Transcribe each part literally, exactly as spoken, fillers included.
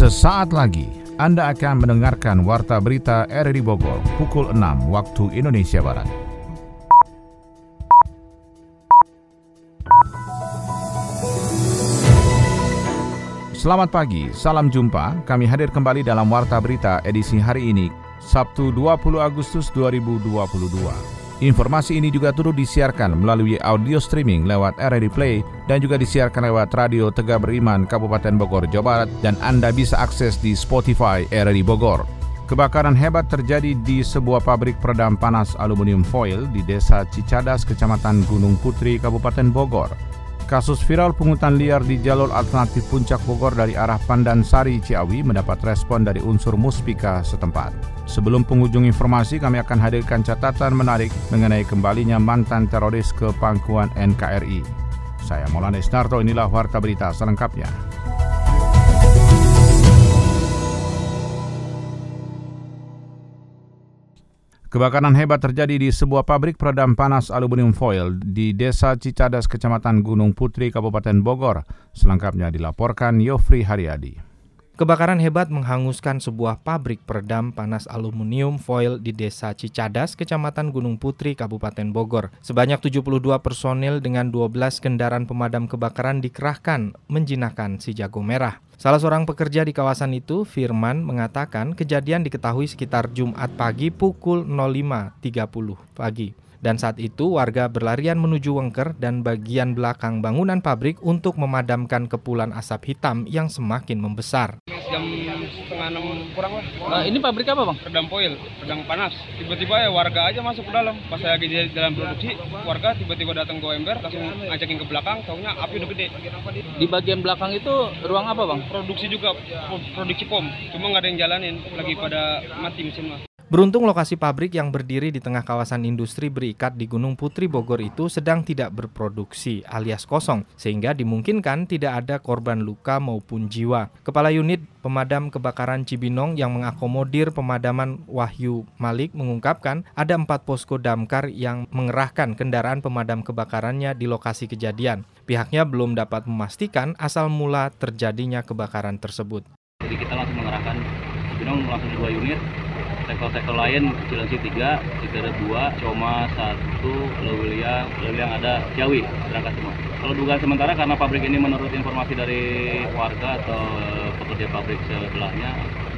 Sesaat lagi Anda akan mendengarkan Warta Berita R R I Bogor pukul enam waktu Indonesia Barat. Selamat pagi, salam jumpa. Kami hadir kembali dalam Warta Berita edisi hari ini, Sabtu dua puluh Agustus dua ribu dua puluh dua. Informasi ini juga turut disiarkan melalui audio streaming lewat R R I Play dan juga disiarkan lewat Radio Tegak Beriman Kabupaten Bogor, Jawa Barat, dan Anda bisa akses di Spotify R R I Bogor. Kebakaran hebat terjadi di sebuah pabrik peredam panas aluminium foil di Desa Cicadas, Kecamatan Gunung Putri, Kabupaten Bogor. Kasus viral pungutan liar di jalur alternatif Puncak Bogor dari arah Pandansari Ciawi mendapat respon dari unsur Muspika setempat. Sebelum penghujung informasi, kami akan hadirkan catatan menarik mengenai kembalinya mantan teroris ke pangkuan N K R I. Saya Maulana Isnarto, inilah Warta Berita selengkapnya. Kebakaran hebat terjadi di sebuah pabrik peredam panas aluminium foil di Desa Cicadas, Kecamatan Gunung Putri, Kabupaten Bogor. Selengkapnya dilaporkan Yofri Haryadi. Kebakaran hebat menghanguskan sebuah pabrik peredam panas aluminium foil di Desa Cicadas, Kecamatan Gunung Putri, Kabupaten Bogor. Sebanyak tujuh puluh dua personil dengan dua belas kendaraan pemadam kebakaran dikerahkan menjinakkan si jago merah. Salah seorang pekerja di kawasan itu, Firman, mengatakan kejadian diketahui sekitar Jumat pagi pukul lima tiga puluh pagi. Dan saat itu warga berlarian menuju Wengker dan bagian belakang bangunan pabrik untuk memadamkan kepulan asap hitam yang semakin membesar. Jam setengah enam kurang lah. Uh, ini pabrik apa, Bang? Redam foil, redam panas. Tiba-tiba ya warga aja masuk ke dalam. Pas saya lagi di dalam produksi, warga tiba-tiba datang ke ember, langsung ngajakin ke belakang, taunya api udah gede. Di bagian belakang itu ruang apa, Bang? Produksi juga, produksi pom. Cuma nggak ada yang jalanin, lagi pada mati mesin mah. Beruntung lokasi pabrik yang berdiri di tengah kawasan industri berikat di Gunung Putri Bogor itu sedang tidak berproduksi alias kosong, sehingga dimungkinkan tidak ada korban luka maupun jiwa. Kepala Unit Pemadam Kebakaran Cibinong yang mengakomodir pemadaman Wahyu Malik mengungkapkan ada empat posko damkar yang mengerahkan kendaraan pemadam kebakarannya di lokasi kejadian. Pihaknya belum dapat memastikan asal mula terjadinya kebakaran tersebut. Jadi kita langsung mengerahkan Cibinong langsung dua unit. Sektor-sektor lain, Cilengsi tiga, Citeret dua, Coma satu, Lewiliang, Lewiliang ada, Ciawi, berangkat semua. Kalau dugaan sementara karena pabrik ini menurut informasi dari warga atau pekerja pabrik sebelahnya,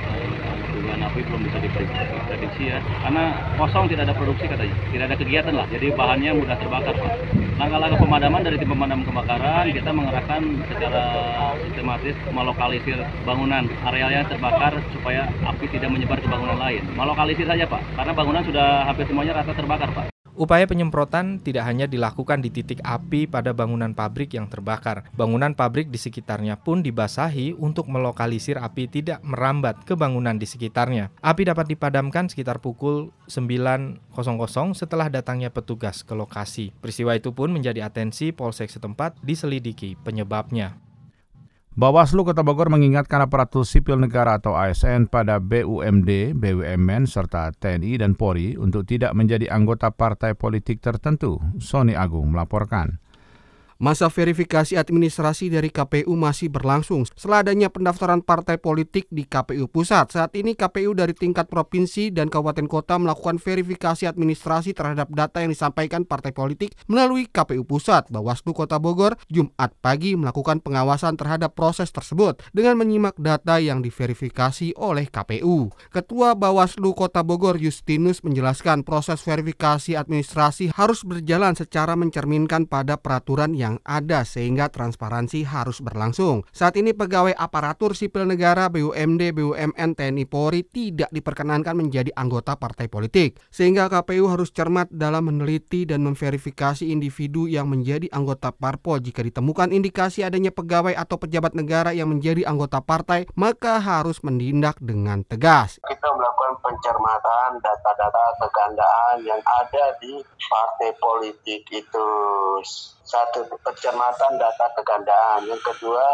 dugaan api belum bisa diprediksi ya. Karena kosong, tidak ada produksi katanya, tidak ada kegiatan lah, jadi bahannya mudah terbakar, Pak. Langkah-langkah pemadaman dari tim pemadam kebakaran, kita mengerahkan secara sistematis melokalisir bangunan arealnya terbakar supaya api tidak menyebar ke bangunan lain. Melokalisir saja, Pak, karena bangunan sudah hampir semuanya rata terbakar, Pak. Upaya penyemprotan tidak hanya dilakukan di titik api pada bangunan pabrik yang terbakar. Bangunan pabrik di sekitarnya pun dibasahi untuk melokalisir api tidak merambat ke bangunan di sekitarnya. Api dapat dipadamkan sekitar pukul sembilan setelah datangnya petugas ke lokasi. Peristiwa itu pun menjadi atensi Polsek setempat diselidiki penyebabnya. Bawaslu Kota Bogor mengingatkan aparatur sipil negara atau A S N pada B U M D, B U M N, serta T N I dan Polri untuk tidak menjadi anggota partai politik tertentu. Sony Agung melaporkan. Masa verifikasi administrasi dari K P U masih berlangsung setelah adanya pendaftaran partai politik di K P U Pusat. Saat ini K P U dari tingkat provinsi dan kabupaten kota melakukan verifikasi administrasi terhadap data yang disampaikan partai politik melalui K P U Pusat. Bawaslu Kota Bogor Jumat pagi melakukan pengawasan terhadap proses tersebut dengan menyimak data yang diverifikasi oleh K P U. Ketua Bawaslu Kota Bogor Justinus menjelaskan proses verifikasi administrasi harus berjalan secara mencerminkan pada peraturan yang yang ada sehingga transparansi harus berlangsung. Saat ini pegawai aparatur sipil negara B U M D, B U M N, T N I, Polri tidak diperkenankan menjadi anggota partai politik. Sehingga K P U harus cermat dalam meneliti dan memverifikasi individu yang menjadi anggota parpol. Jika ditemukan indikasi adanya pegawai atau pejabat negara yang menjadi anggota partai, maka harus menindak dengan tegas. Kita melakukan pencermatan data-data kegandaan yang ada di partai politik itu. Satu, pencermatan data kegandaan. Yang kedua,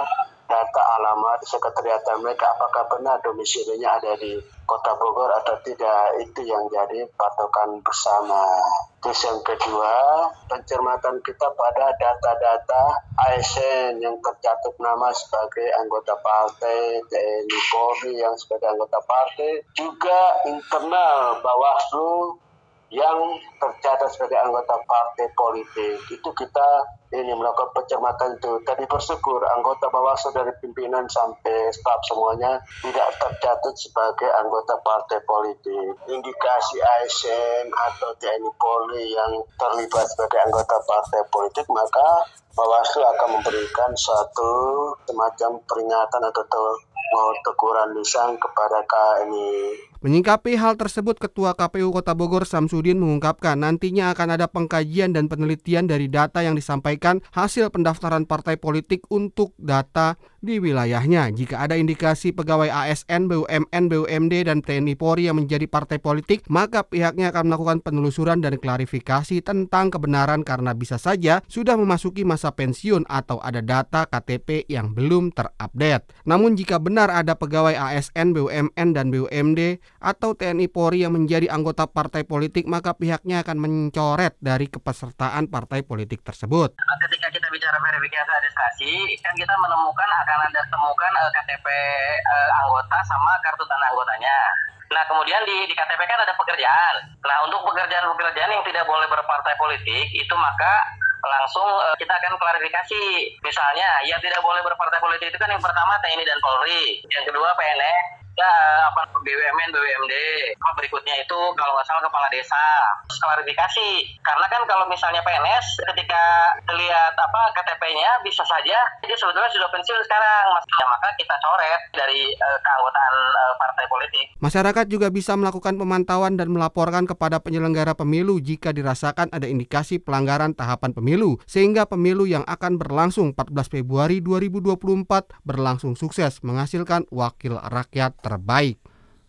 data alamat sekretariatan mereka apakah benar domisilinya ada di Kota Bogor atau tidak, itu yang jadi patokan bersama. Terus yang kedua, pencermatan kita pada data-data A S N yang tercatat nama sebagai anggota partai, T N I Polri yang sebagai anggota partai, juga internal Bawaslu yang tercatat sebagai anggota partai politik. Itu kita ini melakukan pencermatan itu. Tadi bersyukur anggota Bawaslu dari pimpinan sampai staf semuanya tidak tercatat sebagai anggota partai politik. Indikasi A S N atau T N I Polri yang terlibat sebagai anggota partai politik, maka Bawaslu akan memberikan suatu semacam peringatan atau teguran lisan kepada K N I. Menyikapi hal tersebut, Ketua K P U Kota Bogor Samsudin mengungkapkan nantinya akan ada pengkajian dan penelitian dari data yang disampaikan hasil pendaftaran partai politik untuk data di wilayahnya. Jika ada indikasi pegawai A S N, B U M N, B U M D, dan T N I Polri yang menjadi partai politik, maka pihaknya akan melakukan penelusuran dan klarifikasi tentang kebenaran karena bisa saja sudah memasuki masa pensiun atau ada data K T P yang belum terupdate. Namun jika benar ada pegawai A S N, B U M N, dan B U M D atau T N I Polri yang menjadi anggota partai politik, maka pihaknya akan mencoret dari kepesertaan partai politik tersebut. Ketika kita bicara verifikasi administrasi, kan kita menemukan akan ada temukan uh, K T P uh, anggota sama kartu tanda anggotanya. Nah, kemudian di, di K T P kan ada pekerjaan. Nah, untuk pekerjaan-pekerjaan yang tidak boleh berpartai politik, itu maka langsung uh, kita akan klarifikasi. Misalnya, yang tidak boleh berpartai politik itu kan yang pertama T N I dan Polri, yang kedua P N S, ya apa B U M N, B U M D. Berikutnya itu kalau nggak salah kepala desa. Terus klarifikasi, karena kan kalau misalnya P N S ketika lihat apa K T P-nya bisa saja dia sebetulnya sudah pensiun sekarang, ya, maka kita coret dari uh, keanggotaan uh, partai politik. Masyarakat juga bisa melakukan pemantauan dan melaporkan kepada penyelenggara pemilu jika dirasakan ada indikasi pelanggaran tahapan pemilu, sehingga pemilu yang akan berlangsung empat belas Februari dua ribu dua puluh empat berlangsung sukses menghasilkan wakil rakyat terbaik.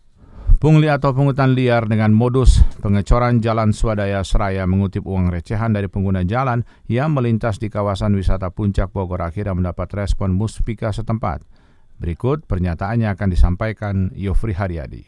Pungli atau pungutan liar dengan modus pengecoran jalan swadaya seraya mengutip uang recehan dari pengguna jalan yang melintas di kawasan wisata Puncak Bogor akhirnya mendapat respon Muspika setempat. Berikut pernyataannya akan disampaikan Yofri Haryadi.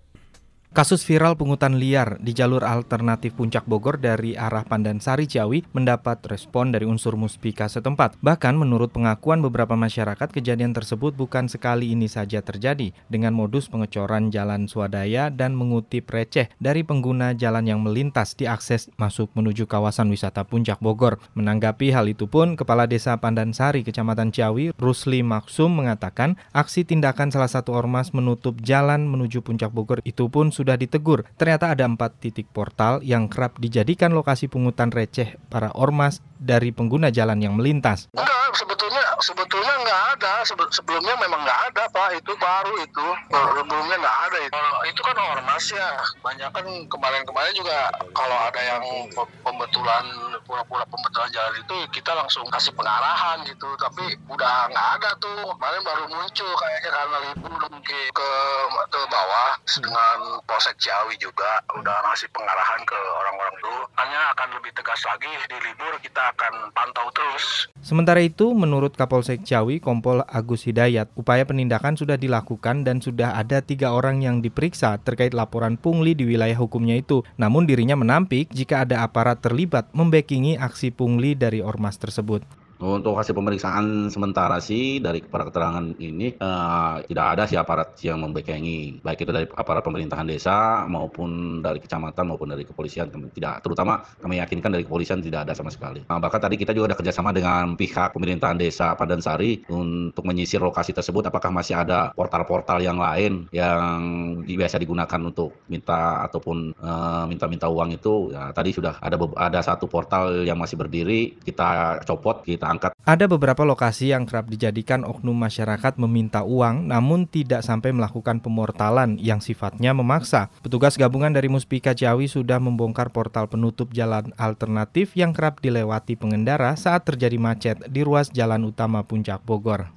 Kasus viral pungutan liar di jalur alternatif Puncak Bogor dari arah Pandansari Ciawi mendapat respon dari unsur Muspika setempat. Bahkan menurut pengakuan beberapa masyarakat, kejadian tersebut bukan sekali ini saja terjadi dengan modus pengecoran jalan swadaya dan mengutip receh dari pengguna jalan yang melintas di akses masuk menuju kawasan wisata Puncak Bogor. Menanggapi hal itu pun, Kepala Desa Pandansari, Kecamatan Ciawi, Rusli Maksum mengatakan aksi tindakan salah satu ormas menutup jalan menuju Puncak Bogor itu pun sudah sudah ditegur. Ternyata ada empat titik portal yang kerap dijadikan lokasi pungutan receh para ormas dari pengguna jalan yang melintas. Enggak, sebetulnya sebetulnya nggak ada. Sebelumnya memang nggak ada, Pak. Itu baru itu. Sebelumnya nggak ada itu. Itu kan ormas ya. Banyak kan kemarin-kemarin juga kalau ada yang pembetulan, pura-pura pembetulan jalan itu kita langsung kasih pengarahan gitu. Tapi udah nggak ada tuh. Kemarin baru muncul kayaknya karena libur mungkin ke, ke bawah dengan Polsek Ciawi juga udah ngasih pengarahan ke orang-orang itu. Hanya akan lebih tegas lagi di libur, kita akan pantau terus. Sementara itu, menurut Kapolsek Ciawi, Kompol Agus Hidayat, upaya penindakan sudah dilakukan dan sudah ada tiga orang yang diperiksa terkait laporan pungli di wilayah hukumnya itu. Namun dirinya menampik jika ada aparat terlibat membackingi aksi pungli dari ormas tersebut. Untuk hasil pemeriksaan sementara sih dari keterangan ini uh, tidak ada si aparat yang membackingi, baik itu dari aparat pemerintahan desa maupun dari kecamatan maupun dari kepolisian, tidak, terutama kami yakinkan dari kepolisian tidak ada sama sekali. Nah, bahkan tadi kita juga ada kerjasama dengan pihak pemerintahan desa Pandansari untuk menyisir lokasi tersebut apakah masih ada portal-portal yang lain yang biasa digunakan untuk minta ataupun uh, minta-minta uang itu. Ya, tadi sudah ada ada satu portal yang masih berdiri, kita copot, kita angkat. Ada beberapa lokasi yang kerap dijadikan oknum masyarakat meminta uang namun tidak sampai melakukan pemortalan yang sifatnya memaksa. Petugas gabungan dari Muspika Ciawi sudah membongkar portal penutup jalan alternatif yang kerap dilewati pengendara saat terjadi macet di ruas jalan utama Puncak Bogor.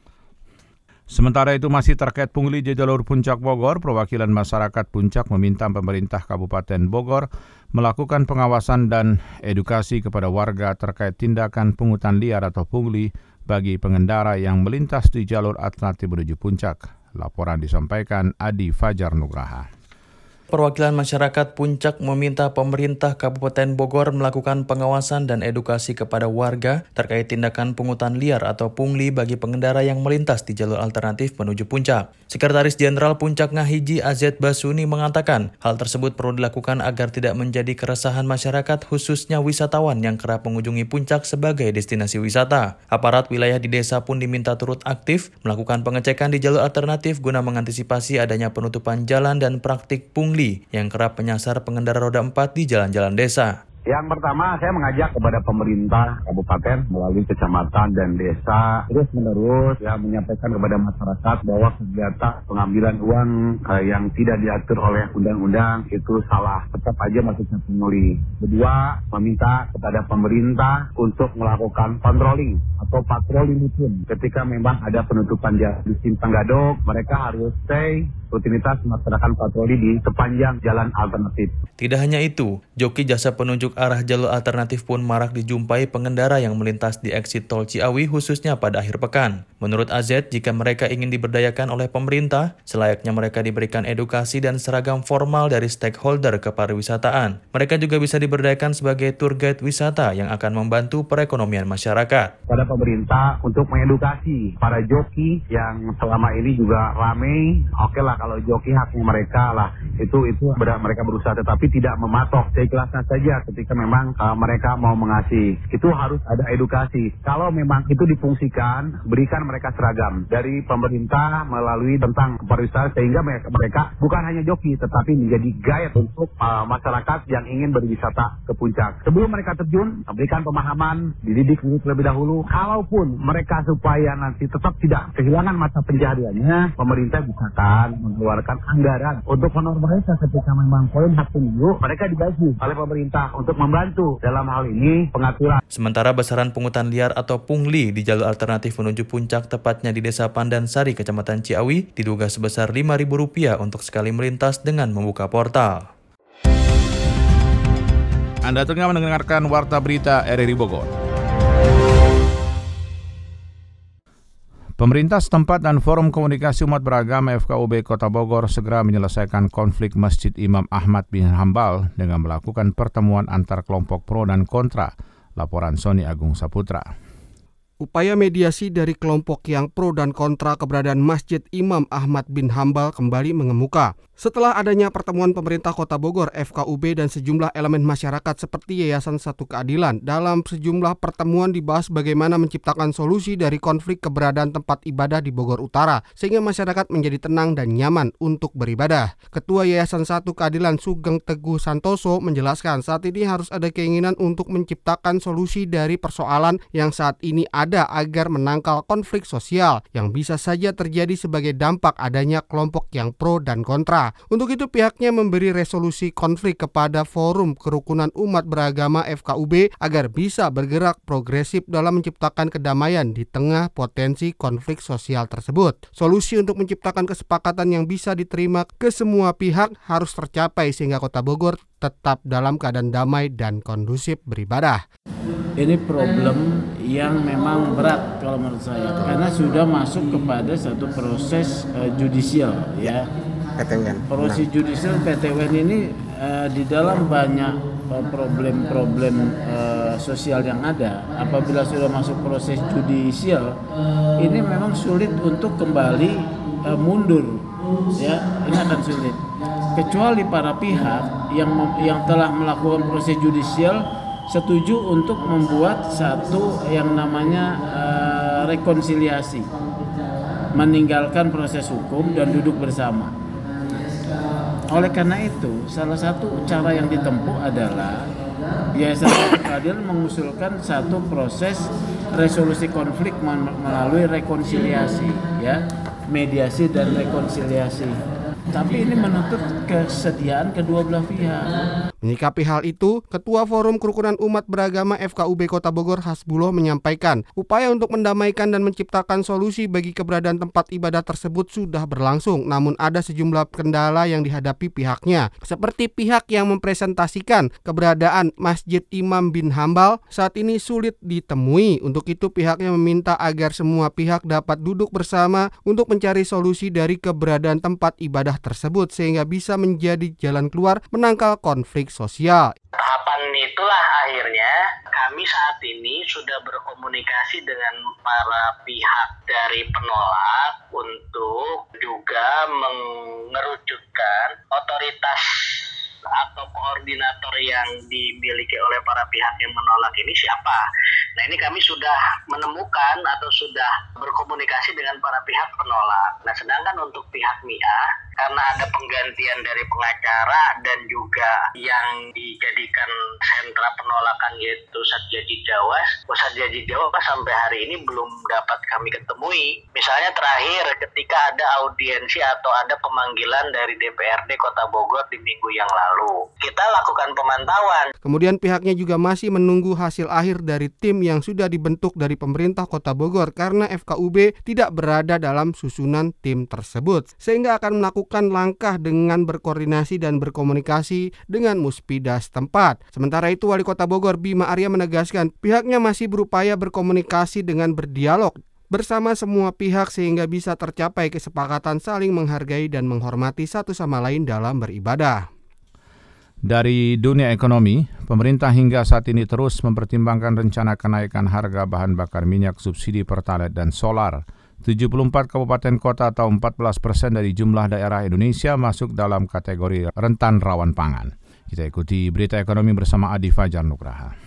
Sementara itu masih terkait pungli di jalur Puncak Bogor, perwakilan masyarakat Puncak meminta pemerintah Kabupaten Bogor melakukan pengawasan dan edukasi kepada warga terkait tindakan pungutan liar atau pungli bagi pengendara yang melintas di jalur alternatif menuju puncak. Laporan disampaikan Adi Fajar Nugraha. Perwakilan masyarakat Puncak meminta pemerintah Kabupaten Bogor melakukan pengawasan dan edukasi kepada warga terkait tindakan pungutan liar atau pungli bagi pengendara yang melintas di jalur alternatif menuju Puncak. Sekretaris Jenderal Puncak Ngahiji A Z Basuni mengatakan hal tersebut perlu dilakukan agar tidak menjadi keresahan masyarakat khususnya wisatawan yang kerap mengunjungi Puncak sebagai destinasi wisata. Aparat wilayah di desa pun diminta turut aktif melakukan pengecekan di jalur alternatif guna mengantisipasi adanya penutupan jalan dan praktik pungli yang kerap menyasar pengendara roda empat di jalan-jalan desa. Yang pertama, saya mengajak kepada pemerintah kabupaten melalui kecamatan dan desa terus-menerus ya menyampaikan kepada masyarakat bahwa kegiatan pengambilan uang eh, yang tidak diatur oleh undang-undang itu salah, tetap aja masuknya pungli. Kedua, meminta kepada pemerintah untuk melakukan patroli atau patroli rutin ketika memang ada penutupan jalan di Simpang Gadok, mereka harus stay rutinitas melaksanakan patroli di sepanjang jalan alternatif. Tidak hanya itu, joki jasa penunjuk arah jalur alternatif pun marak dijumpai pengendara yang melintas di eksit tol Ciawi khususnya pada akhir pekan. Menurut A Z, jika mereka ingin diberdayakan oleh pemerintah, selayaknya mereka diberikan edukasi dan seragam formal dari stakeholder kepariwisataan. Mereka juga bisa diberdayakan sebagai tour guide wisata yang akan membantu perekonomian masyarakat. Pada pemerintah untuk mengedukasi para joki yang selama ini juga ramai, oke lah kalau joki haknya mereka lah, itu itu mereka berusaha, tetapi tidak mematok, seikhlasnya saja ketika memang uh, mereka mau mengasih. Itu harus ada edukasi. Kalau memang itu difungsikan, berikan mereka seragam dari pemerintah melalui tentang pariwisata sehingga mereka, mereka bukan hanya joki tetapi menjadi guide untuk uh, masyarakat yang ingin berwisata ke puncak. Sebelum mereka terjun, berikan pemahaman, dididik dulu terlebih dahulu. Kalaupun mereka supaya nanti tetap tidak kehilangan mata pencahariannya, pemerintah bukan mengeluarkan anggaran untuk honor mereka ketika memang poin hak tunggu, mereka digaji oleh pemerintah untuk membantu dalam hal ini pengaturan. Sementara besaran pungutan liar atau pungli di jalur alternatif menuju puncak tepatnya di Desa Pandansari, Kecamatan Ciawi, diduga sebesar lima ribu rupiah untuk sekali melintas dengan membuka portal. Anda tengah mendengarkan Warta Berita R R I Bogor. Pemerintah setempat dan Forum Komunikasi Umat Beragama F K U B Kota Bogor segera menyelesaikan konflik Masjid Imam Ahmad bin Hambal dengan melakukan pertemuan antar kelompok pro dan kontra. Laporan Sony Agung Saputra. Upaya mediasi dari kelompok yang pro dan kontra keberadaan Masjid Imam Ahmad bin Hambal kembali mengemuka. Setelah adanya pertemuan pemerintah Kota Bogor, F K U B, dan sejumlah elemen masyarakat seperti Yayasan Satu Keadilan, dalam sejumlah pertemuan dibahas bagaimana menciptakan solusi dari konflik keberadaan tempat ibadah di Bogor Utara, sehingga masyarakat menjadi tenang dan nyaman untuk beribadah. Ketua Yayasan Satu Keadilan Sugeng Teguh Santoso menjelaskan saat ini harus ada keinginan untuk menciptakan solusi dari persoalan yang saat ini ada agar menangkal konflik sosial yang bisa saja terjadi sebagai dampak adanya kelompok yang pro dan kontra. Untuk itu pihaknya memberi resolusi konflik kepada Forum Kerukunan Umat Beragama F K U B agar bisa bergerak progresif dalam menciptakan kedamaian di tengah potensi konflik sosial tersebut. Solusi untuk menciptakan kesepakatan yang bisa diterima ke semua pihak harus tercapai sehingga Kota Bogor tetap dalam keadaan damai dan kondusif beribadah. Ini problem yang memang berat kalau menurut saya, karena sudah masuk kepada satu proses uh, judicial ya. P T W N. Proses judicial P T W N ini uh, di dalam banyak uh, problem-problem uh, sosial yang ada. Apabila sudah masuk proses judicial, ini memang sulit untuk kembali uh, mundur, ya. Ini akan sulit. Kecuali para pihak yang yang telah melakukan proses judicial setuju untuk membuat satu yang namanya uh, rekonsiliasi, meninggalkan proses hukum dan duduk bersama. Oleh karena itu, salah satu cara yang ditempuh adalah Yayasan Keadilan mengusulkan satu proses resolusi konflik melalui rekonsiliasi, ya, mediasi dan rekonsiliasi. Tapi ini menuntut kesediaan kedua belah pihak. Menyikapi hal itu, Ketua Forum Kerukunan Umat Beragama F K U B Kota Bogor Hasbullah menyampaikan, upaya untuk mendamaikan dan menciptakan solusi bagi keberadaan tempat ibadah tersebut sudah berlangsung, namun ada sejumlah kendala yang dihadapi pihaknya, seperti pihak yang mempresentasikan keberadaan Masjid Imam bin Hambal saat ini sulit ditemui. Untuk itu pihaknya meminta agar semua pihak dapat duduk bersama untuk mencari solusi dari keberadaan tempat ibadah tersebut sehingga bisa menjadi jalan keluar menangkal konflik sosial. Tahapan itulah akhirnya kami saat ini sudah berkomunikasi dengan para pihak dari penolak untuk juga mengerucutkan otoritas atau koordinator yang dimiliki oleh para pihak yang menolak ini siapa. Nah, ini kami sudah menemukan atau sudah berkomunikasi dengan para pihak penolak. Nah, sedangkan untuk pihak M I A, karena ada penggantian dari pengacara dan juga yang dijadikan sentra penolakan yaitu Satjaji Jawa, Satjaji Jawa sampai hari ini belum dapat kami ketemui. Misalnya terakhir ketika ada audiensi atau ada pemanggilan dari D P R D Kota Bogor di minggu yang lalu, kita lakukan pemantauan. Kemudian pihaknya juga masih menunggu hasil akhir dari tim yang sudah dibentuk dari pemerintah Kota Bogor karena F K U B tidak berada dalam susunan tim tersebut, sehingga akan melakukan langkah dengan berkoordinasi dan berkomunikasi dengan muspida setempat. Sementara itu Wali Kota Bogor Bima Arya menegaskan pihaknya masih berupaya berkomunikasi dengan berdialog bersama semua pihak sehingga bisa tercapai kesepakatan saling menghargai dan menghormati satu sama lain dalam beribadah. Dari dunia ekonomi, pemerintah hingga saat ini terus mempertimbangkan rencana kenaikan harga bahan bakar minyak subsidi Pertalite dan solar. tujuh puluh empat kabupaten kota atau empat belas persen dari jumlah daerah Indonesia masuk dalam kategori rentan rawan pangan. Kita ikuti berita ekonomi bersama Adi Fajar Nugraha.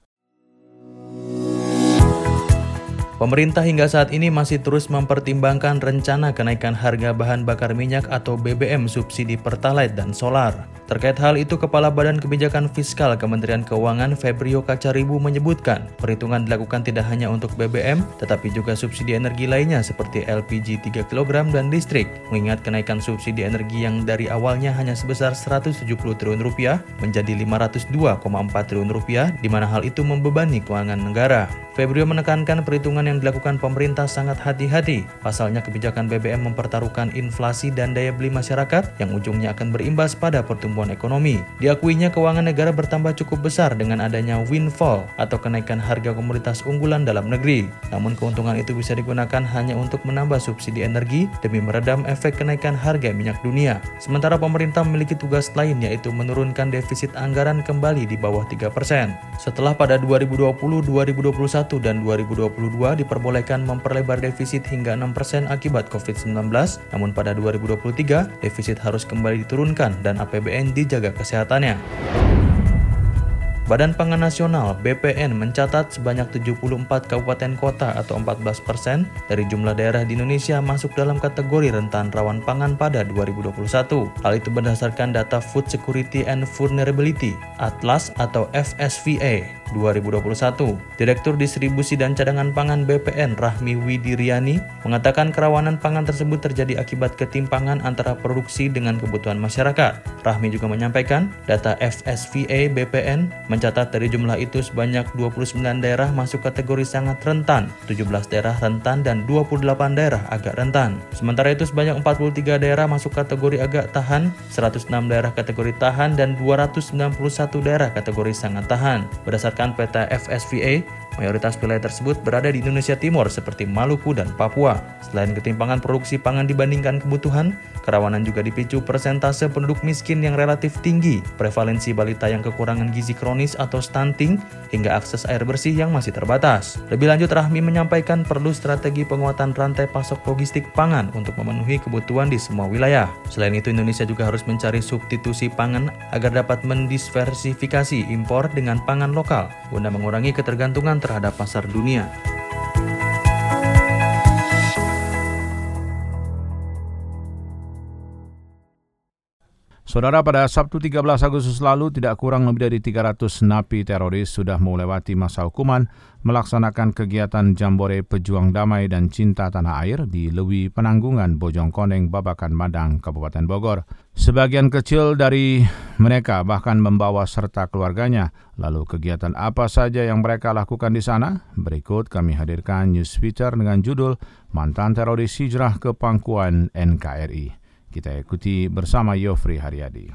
Pemerintah hingga saat ini masih terus mempertimbangkan rencana kenaikan harga bahan bakar minyak atau B B M subsidi Pertalite dan solar. Terkait hal itu, Kepala Badan Kebijakan Fiskal Kementerian Keuangan Febrio Kacaribu menyebutkan perhitungan dilakukan tidak hanya untuk B B M, tetapi juga subsidi energi lainnya seperti L P G tiga kilogram dan listrik. Mengingat kenaikan subsidi energi yang dari awalnya hanya sebesar seratus tujuh puluh triliun rupiah menjadi lima ratus dua koma empat triliun rupiah, di mana hal itu membebani keuangan negara. Febrio menekankan perhitungan yang dilakukan pemerintah sangat hati-hati. Pasalnya kebijakan B B M mempertaruhkan inflasi dan daya beli masyarakat yang ujungnya akan berimbas pada pertumbuhan ekonomi. Diakuinya keuangan negara bertambah cukup besar dengan adanya windfall atau kenaikan harga komoditas unggulan dalam negeri. Namun keuntungan itu bisa digunakan hanya untuk menambah subsidi energi demi meredam efek kenaikan harga minyak dunia. Sementara pemerintah memiliki tugas lain yaitu menurunkan defisit anggaran kembali di bawah tiga persen. Setelah pada dua ribu dua puluh, dua ribu dua puluh satu dan dua ribu dua puluh dua diperbolehkan memperlebar defisit hingga enam persen akibat covid sembilan belas, namun pada dua ribu dua puluh tiga defisit harus kembali diturunkan dan A P B N dijaga kesehatannya. Badan Pangan Nasional B P N mencatat sebanyak tujuh puluh empat kabupaten kota atau empat belas persen dari jumlah daerah di Indonesia masuk dalam kategori rentan rawan pangan pada dua ribu dua puluh satu. Hal itu berdasarkan data Food Security and Vulnerability Atlas atau F S V A dua ribu dua puluh satu. Direktur Distribusi dan Cadangan Pangan B P N Rahmi Widiriani mengatakan kerawanan pangan tersebut terjadi akibat ketimpangan antara produksi dengan kebutuhan masyarakat. Rahmi juga menyampaikan data F S V A B P N mencatat dari jumlah itu sebanyak dua puluh sembilan daerah masuk kategori sangat rentan, tujuh belas daerah rentan dan dua puluh delapan daerah agak rentan. Sementara itu sebanyak empat puluh tiga daerah masuk kategori agak tahan, seratus enam daerah kategori tahan dan dua ratus sembilan puluh satu daerah kategori sangat tahan. Berdasarkan peta F S V A, mayoritas wilayah tersebut berada di Indonesia Timur seperti Maluku dan Papua. Selain ketimpangan produksi pangan dibandingkan kebutuhan, kerawanan juga dipicu persentase penduduk miskin yang relatif tinggi, prevalensi balita yang kekurangan gizi kronis atau stunting, hingga akses air bersih yang masih terbatas. Lebih lanjut, Rahmi menyampaikan perlu strategi penguatan rantai pasok logistik pangan untuk memenuhi kebutuhan di semua wilayah. Selain itu, Indonesia juga harus mencari substitusi pangan agar dapat mendiversifikasi impor dengan pangan lokal, guna mengurangi ketergantungan terhadap pasar dunia. Saudara, pada Sabtu tiga belas Agustus lalu, tidak kurang lebih dari tiga ratus napi teroris sudah melewati masa hukuman melaksanakan kegiatan Jambore Pejuang Damai dan Cinta Tanah Air di Lewi Penanggungan, Bojongkoneng, Babakan Madang, Kabupaten Bogor. Sebagian kecil dari mereka bahkan membawa serta keluarganya. Lalu kegiatan apa saja yang mereka lakukan di sana? Berikut kami hadirkan news feature dengan judul Mantan Teroris Hijrah ke Pangkuan N K R I. Kita ikuti bersama Yofri Haryadi.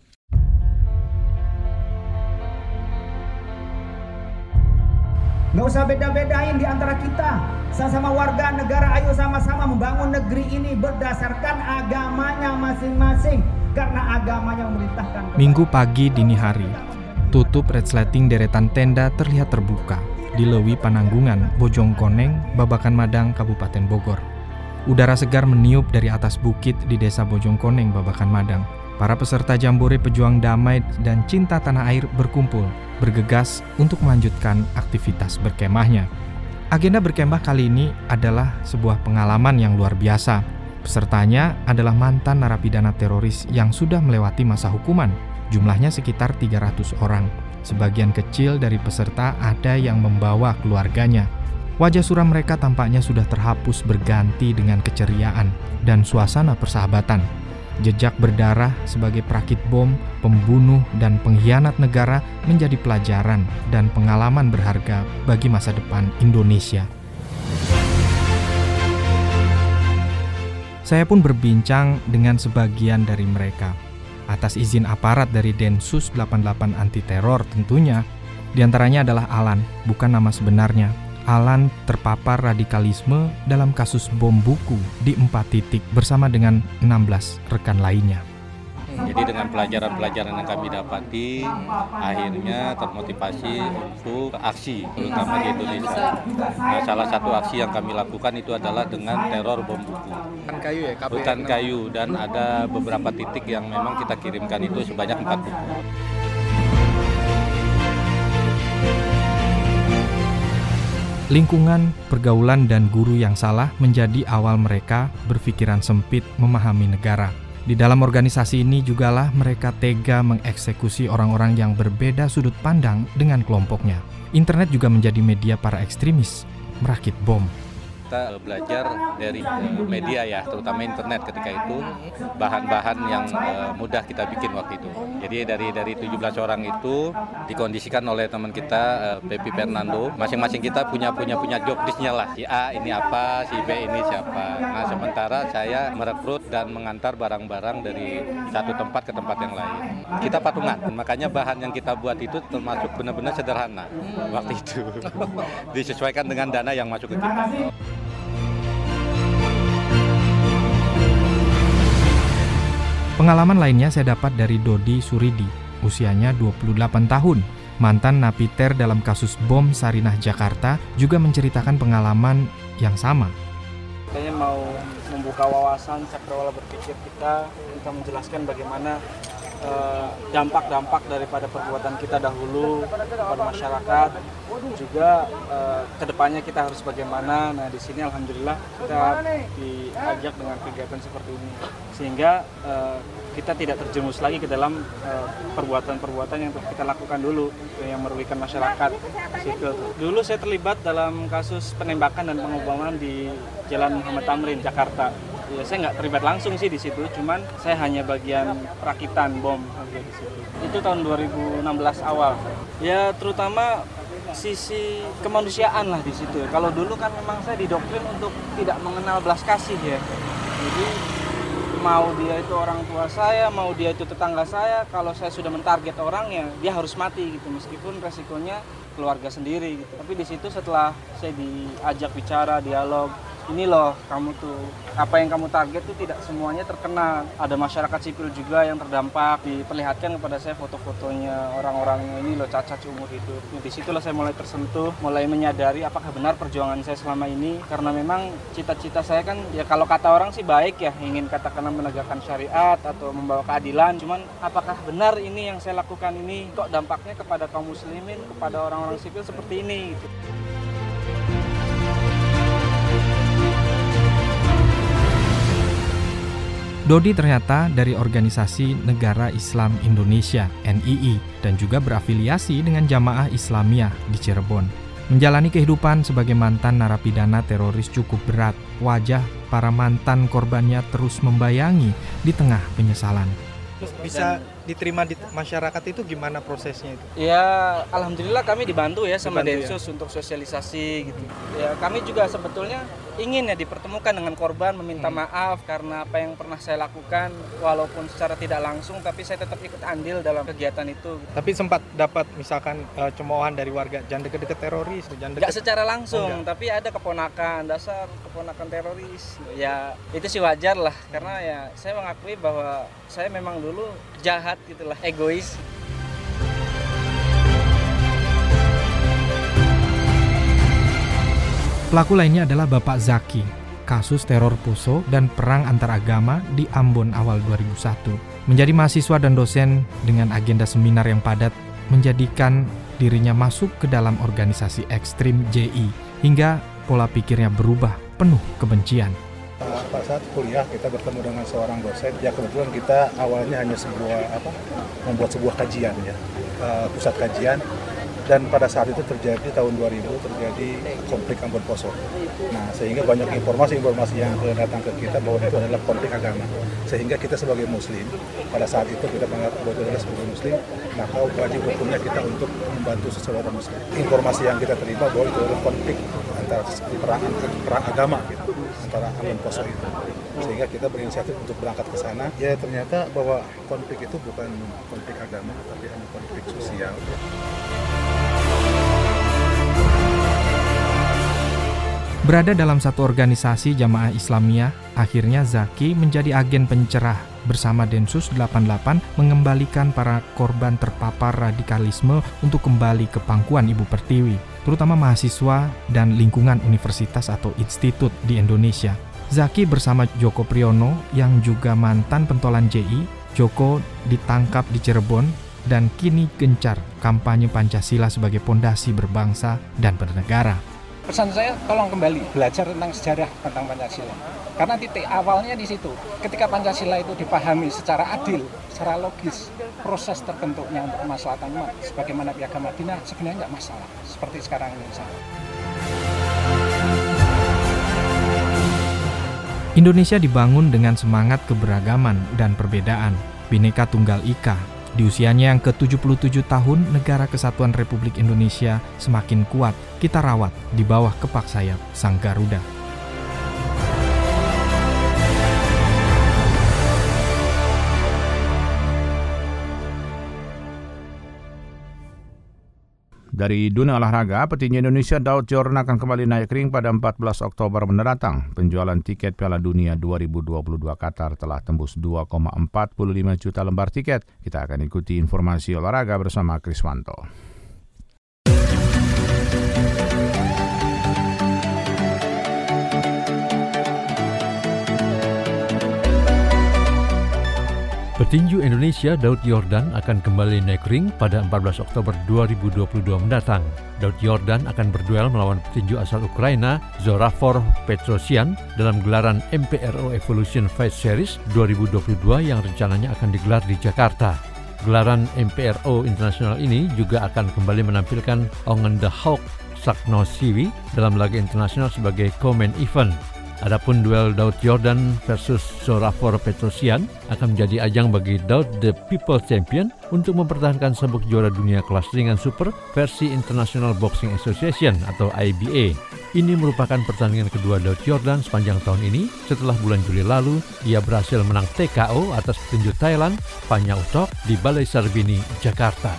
Nggak usah beda-bedain di antara kita. Sama-sama warga negara, ayo sama-sama membangun negeri ini berdasarkan agamanya masing-masing. Karena agamanya memerintahkan. Minggu pagi dini hari, tutup resleting deretan tenda terlihat terbuka di Lewi Penanggungan, Bojongkoneng, Babakan Madang, Kabupaten Bogor. Udara segar meniup dari atas bukit di desa Bojongkoneng, Babakan Madang. Para peserta Jambore Pejuang Damai dan Cinta Tanah Air berkumpul, bergegas untuk melanjutkan aktivitas berkemahnya. Agenda berkemah kali ini adalah sebuah pengalaman yang luar biasa. Pesertanya adalah mantan narapidana teroris yang sudah melewati masa hukuman. Jumlahnya sekitar tiga ratus orang. Sebagian kecil dari peserta ada yang membawa keluarganya. Wajah suram mereka tampaknya sudah terhapus berganti dengan keceriaan dan suasana persahabatan. Jejak berdarah sebagai perakit bom, pembunuh, dan pengkhianat negara menjadi pelajaran dan pengalaman berharga bagi masa depan Indonesia. Saya pun berbincang dengan sebagian dari mereka. Atas izin aparat dari Densus delapan puluh delapan Anti Teror tentunya, diantaranya adalah Alan, bukan nama sebenarnya. Alan terpapar radikalisme dalam kasus bom buku di empat titik bersama dengan enam belas rekan lainnya. Jadi dengan pelajaran-pelajaran yang kami dapati, akhirnya termotivasi untuk aksi, terutama di Indonesia. Nah, salah satu aksi yang kami lakukan itu adalah dengan teror bom buku. Hutan kayu ya? Hutan kayu, dan ada beberapa titik yang memang kita kirimkan itu sebanyak empat buku. Lingkungan, pergaulan, dan guru yang salah menjadi awal mereka berpikiran sempit memahami negara. Di dalam organisasi ini jugalah mereka tega mengeksekusi orang-orang yang berbeda sudut pandang dengan kelompoknya. Internet juga menjadi media para ekstremis merakit bom. Kita belajar dari media ya, terutama internet ketika itu, bahan-bahan yang uh, mudah kita bikin waktu itu. Jadi dari dari tujuh belas orang itu dikondisikan oleh teman kita uh, Pepi Fernando. Masing-masing kita punya punya punya job desk-nya lah. Si A ini apa, si B ini siapa. Nah, sementara saya merekrut dan mengantar barang-barang dari satu tempat ke tempat yang lain. Kita patungan. Makanya bahan yang kita buat itu termasuk benar-benar sederhana waktu itu. Disesuaikan dengan dana yang masuk ke kita. Pengalaman lainnya saya dapat dari Dodi Suridi, usianya dua puluh delapan tahun. Mantan napiter dalam kasus bom Sarinah Jakarta juga menceritakan pengalaman yang sama. Kayaknya mau membuka wawasan cakrawala berpikir kita, kita menjelaskan bagaimana eh, dampak-dampak daripada perbuatan kita dahulu kepada masyarakat, juga eh, kedepannya kita harus bagaimana. Nah, di sini alhamdulillah kita diajak dengan kegiatan seperti ini, sehingga eh, kita tidak terjerumus lagi ke dalam uh, perbuatan-perbuatan yang kita lakukan dulu yang merugikan masyarakat sipil. Dulu saya terlibat dalam kasus penembakan dan pengeboman di Jalan Muhammad Tamrin, Jakarta. Ya, saya nggak terlibat langsung sih di situ, cuman saya hanya bagian perakitan bom di situ. Itu tahun dua ribu enam belas awal. Ya, terutama sisi kemanusiaan lah di situ. Kalau dulu kan memang saya didoktrin untuk tidak mengenal belas kasih ya. Jadi mau dia itu orang tua saya, mau dia itu tetangga saya, kalau saya sudah mentarget orangnya, dia harus mati gitu, meskipun resikonya keluarga sendiri gitu. Tapi di situ setelah saya diajak bicara, dialog, ini loh kamu tuh, apa yang kamu target tuh tidak semuanya terkena. Ada masyarakat sipil juga yang terdampak, diperlihatkan kepada saya foto-fotonya orang-orangnya, ini loh cacat seumur hidup. Nah, di situlah saya mulai tersentuh, mulai menyadari apakah benar perjuangan saya selama ini. Karena memang cita-cita saya kan, ya kalau kata orang sih baik ya, ingin katakanlah menegakkan syariat atau membawa keadilan. Cuman apakah benar ini yang saya lakukan ini, kok dampaknya kepada kaum muslimin, kepada orang-orang sipil seperti ini gitu. Dodi ternyata dari organisasi Negara Islam Indonesia (N I I) dan juga berafiliasi dengan Jamaah Islamiyah di Cirebon. Menjalani kehidupan sebagai mantan narapidana teroris cukup berat. Wajah para mantan korbannya terus membayangi di tengah penyesalan. Terus bisa diterima di masyarakat itu gimana prosesnya itu? Ya, alhamdulillah kami dibantu ya sama Dibantu, Densus ya? Untuk sosialisasi gitu. Ya, kami juga sebetulnya ingin ya dipertemukan dengan korban, meminta hmm. maaf karena apa yang pernah saya lakukan, walaupun secara tidak langsung, tapi saya tetap ikut andil dalam kegiatan itu. Tapi sempat dapat misalkan uh, cemoohan dari warga, jangan deket-deket teroris, jangan deket. Nggak secara langsung, oh, tapi ada keponakan, dasar keponakan teroris. Ya, itu sih wajar lah, karena ya saya mengakui bahwa saya memang dulu jahat gitulah, egois. Pelaku lainnya adalah Bapak Zaki, kasus teror Poso dan perang antar agama di Ambon awal dua ribu satu. Menjadi mahasiswa dan dosen dengan agenda seminar yang padat menjadikan dirinya masuk ke dalam organisasi ekstrim J I hingga pola pikirnya berubah penuh kebencian. Pada saat kuliah kita bertemu dengan seorang dosen, ya kebetulan kita awalnya hanya sebuah apa, membuat sebuah kajian ya, uh, pusat kajian. Dan pada saat itu terjadi tahun dua ribu terjadi konflik Ambon Poso. Nah, sehingga banyak informasi-informasi yang datang ke kita bahwa itu adalah konflik agama. Sehingga kita sebagai muslim, pada saat itu kita menganggap bahwa itu adalah sebagai muslim, maka wajib hukumnya kita untuk membantu saudara muslim. Informasi yang kita terima bahwa itu adalah konflik antara perang, perang agama gitu, antara Ambon Poso itu. Sehingga kita berinisiatif untuk berangkat ke sana. Ya ternyata bahwa konflik itu bukan konflik agama, tapi hanya konflik sosial. Berada dalam satu organisasi Jamaah Islamiyah, akhirnya Zaki menjadi agen pencerah bersama Densus delapan puluh delapan mengembalikan para korban terpapar radikalisme untuk kembali ke pangkuan Ibu Pertiwi, terutama mahasiswa dan lingkungan universitas atau institut di Indonesia. Zaki bersama Joko Priyono yang juga mantan pentolan J I, Joko ditangkap di Cirebon dan kini gencar kampanye Pancasila sebagai pondasi berbangsa dan bernegara. Pesan saya, tolong kembali belajar tentang sejarah tentang Pancasila. Karena titik awalnya di situ. Ketika Pancasila itu dipahami secara adil, secara logis, proses terbentuknya untuk kemaslahatan umat, sebagaimana Piagam Madinah, sebenarnya nggak masalah. Seperti sekarang ini misalnya. Indonesia dibangun dengan semangat keberagaman dan perbedaan, Bhinneka Tunggal Ika. Di usianya yang ke tujuh puluh tujuh tahun, Negara Kesatuan Republik Indonesia semakin kuat kita rawat di bawah kepak sayap Sang Garuda. Dari dunia olahraga, petinju Indonesia Daud Jordan akan kembali naik ring pada empat belas Oktober mendatang. Penjualan tiket Piala Dunia dua ribu dua puluh dua Qatar telah tembus dua koma empat lima juta lembar tiket. Kita akan ikuti informasi olahraga bersama Kriswanto. Petinju Indonesia Daud Jordan akan kembali naik ring pada empat belas Oktober dua ribu dua puluh dua mendatang. Daud Jordan akan berduel melawan petinju asal Ukraina Zorafor Petrosyan dalam gelaran M P R O Evolution Fight Series dua ribu dua puluh dua yang rencananya akan digelar di Jakarta. Gelaran M P R O Internasional ini juga akan kembali menampilkan Ongen the Hawk Saknosiwi dalam laga internasional sebagai co-main event. Adapun duel Daud Jordan versus Zorafor Petrosyan akan menjadi ajang bagi Daud the People Champion untuk mempertahankan sabuk juara dunia kelas ringan super versi International Boxing Association atau I B A. Ini merupakan pertandingan kedua Daud Jordan sepanjang tahun ini setelah bulan Juli lalu ia berhasil menang T K O atas petinju Thailand Panya Utok di Balai Sarbini, Jakarta.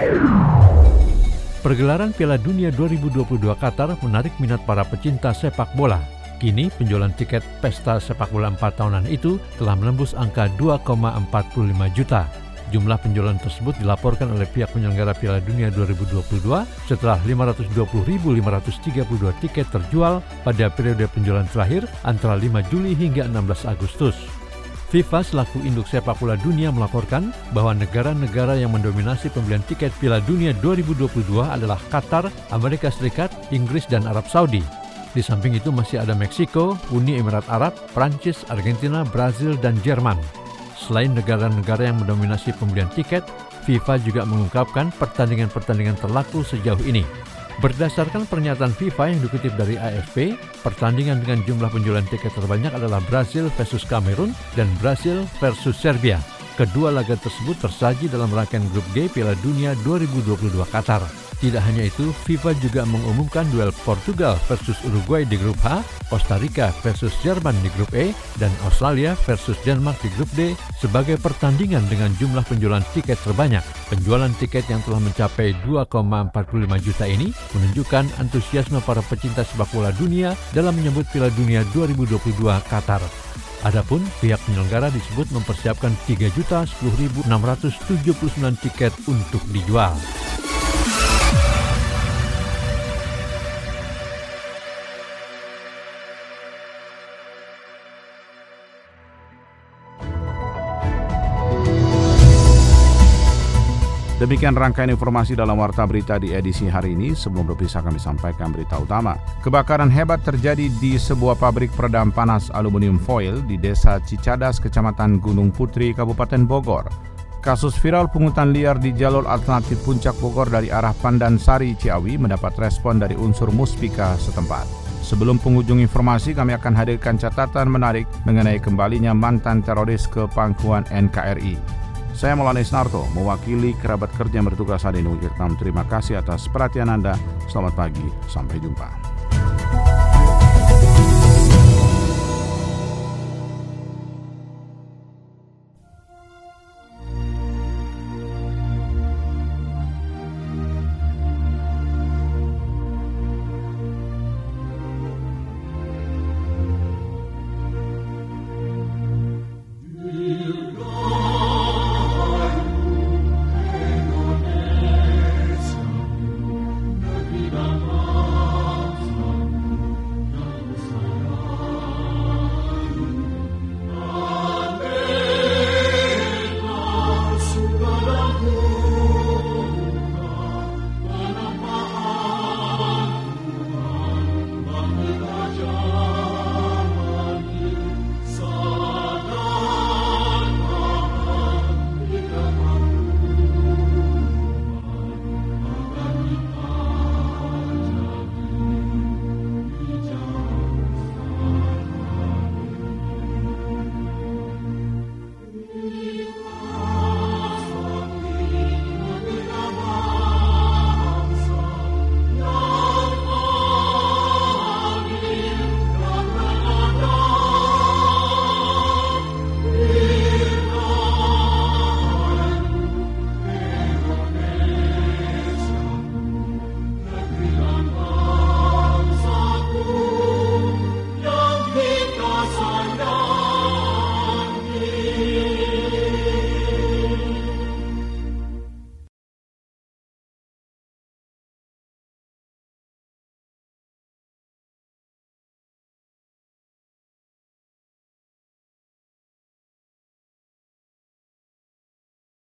Pergelaran Piala Dunia dua ribu dua puluh dua Qatar menarik minat para pecinta sepak bola. Kini penjualan tiket pesta sepak bola empat tahunan itu telah menembus angka dua koma empat lima juta. Jumlah penjualan tersebut dilaporkan oleh pihak penyelenggara Piala Dunia dua ribu dua puluh dua setelah lima ratus dua puluh ribu lima ratus tiga puluh dua tiket terjual pada periode penjualan terakhir antara lima Juli hingga enam belas Agustus. FIFA selaku induk sepak bola dunia melaporkan bahwa negara-negara yang mendominasi pembelian tiket Piala Dunia dua ribu dua puluh dua adalah Qatar, Amerika Serikat, Inggris, dan Arab Saudi. Di samping itu masih ada Meksiko, Uni Emirat Arab, Prancis, Argentina, Brazil, dan Jerman. Selain negara-negara yang mendominasi pembelian tiket, FIFA juga mengungkapkan pertandingan-pertandingan terlaku sejauh ini. Berdasarkan pernyataan FIFA yang dikutip dari A F P, pertandingan dengan jumlah penjualan tiket terbanyak adalah Brasil versus Kamerun dan Brasil versus Serbia. Kedua laga tersebut tersaji dalam rangkaian grup G Piala Dunia dua ribu dua puluh dua Qatar. Tidak hanya itu, FIFA juga mengumumkan duel Portugal versus Uruguay di grup H, Costa Rica versus Jerman di grup E, dan Australia versus Denmark di grup D sebagai pertandingan dengan jumlah penjualan tiket terbanyak. Penjualan tiket yang telah mencapai dua koma empat puluh lima juta ini menunjukkan antusiasme para pecinta sepak bola dunia dalam menyambut Piala Dunia dua ribu dua puluh dua Qatar. Adapun pihak penyelenggara disebut mempersiapkan tiga juta sepuluh ribu enam ratus tujuh puluh sembilan tiket untuk dijual. Demikian rangkaian informasi dalam Warta Berita di edisi hari ini. Sebelum berpisah kami sampaikan berita utama. Kebakaran hebat terjadi di sebuah pabrik peredam panas aluminium foil di Desa Cicadas, Kecamatan Gunung Putri, Kabupaten Bogor. Kasus viral pungutan liar di jalur alternatif Puncak Bogor dari arah Pandansari Ciawi mendapat respon dari unsur Muspika setempat. Sebelum penghujung informasi, kami akan hadirkan catatan menarik mengenai kembalinya mantan teroris ke pangkuan N K R I. Saya Maulana Isnarto, mewakili kerabat kerja yang bertugas hari ini mengucapkan terima kasih atas perhatian Anda. Selamat pagi, sampai jumpa.